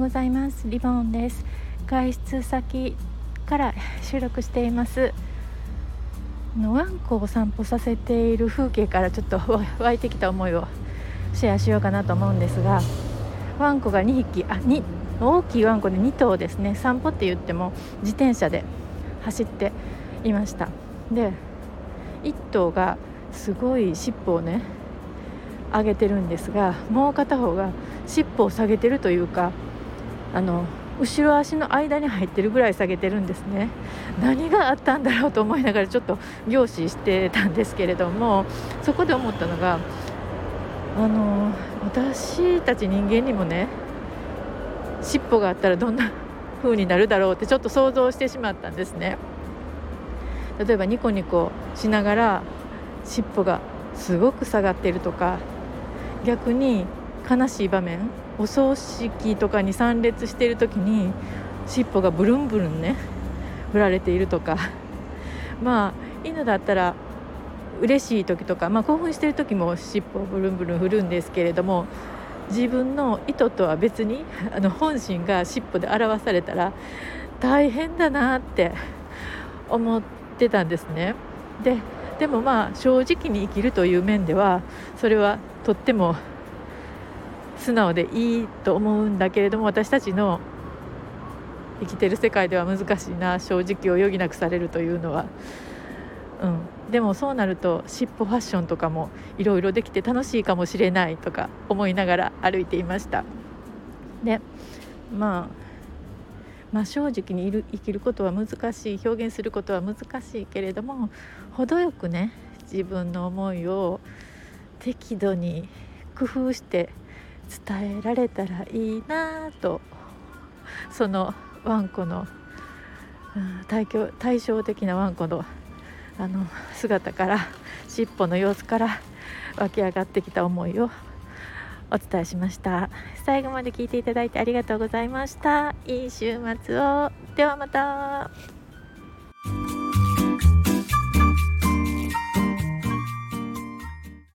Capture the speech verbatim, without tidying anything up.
ございます。リボンです。外出先から収録しています。ワンコを散歩させている風景からちょっと湧いてきた思いをシェアしようかなと思うんですが、ワンコがにひき、あに大きいワンコでに頭ですね。散歩って言っても自転車で走っていました。でいっ頭がすごい尻尾をね上げてるんですが、もう片方が尻尾を下げてるというか、あの後ろ足の間に入ってるぐらい下げてるんですね。何があったんだろうと思いながらちょっと凝視してたんですけれども、そこで思ったのが、あの私たち人間にもね尻尾があったらどんな風になるだろうってちょっと想像してしまったんですね。例えばニコニコしながら尻尾がすごく下がっているとか、逆に悲しい場面、お葬式とかに参列している時に尻尾がブルンブルンね振られているとか、まあ犬だったら嬉しい時とか、まあ、興奮している時も尻尾をブルンブルン振るんですけれども、自分の意図とは別にあの本心が尻尾で表されたら大変だなって思ってたんですね。ででもまあ正直に生きるという面ではそれはとっても素直でいいと思うんだけれども、私たちの生きてる世界では難しいな、正直を余儀なくされるというのは、うん、でもそうなると尻尾ファッションとかもいろいろできて楽しいかもしれないとか思いながら歩いていました。で、まあまあ、正直にいる生きることは難しい、表現することは難しいけれども、程よくね自分の思いを適度に工夫して伝えられたらいいなと、そのワンコの、うん、対響対照的なワンコのあの姿から、尻尾の様子から湧き上がってきた思いをお伝えしました。最後まで聞いていただいてありがとうございました。いい週末を。ではまた。